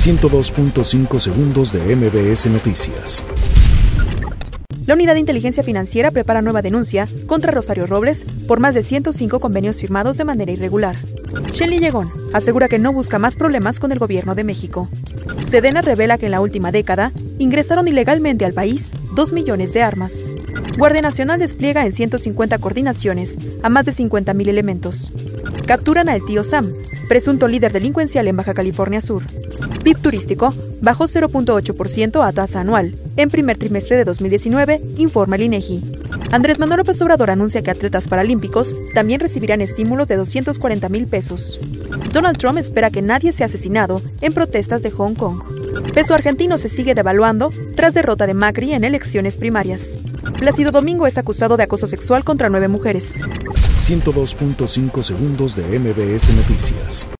102.5 segundos de MBS Noticias. La Unidad de Inteligencia Financiera prepara nueva denuncia contra Rosario Robles por más de 105 convenios firmados de manera irregular. Shenly Llegón asegura que no busca más problemas con el gobierno de México. Sedena revela que en la última década ingresaron ilegalmente al país 2 millones de armas. Guardia Nacional despliega en 150 coordinaciones a más de 50,000 elementos. Capturan al tío Sam, presunto líder delincuencial en Baja California Sur. PIB turístico bajó 0.8% a tasa anual en primer trimestre de 2019, informa el INEGI. Andrés Manuel López Obrador anuncia que atletas paralímpicos también recibirán estímulos de 240,000 pesos. Donald Trump espera que nadie sea asesinado en protestas de Hong Kong. Peso argentino se sigue devaluando tras derrota de Macri en elecciones primarias. Plácido Domingo es acusado de acoso sexual contra 9 mujeres. 102.5 segundos de MBS Noticias.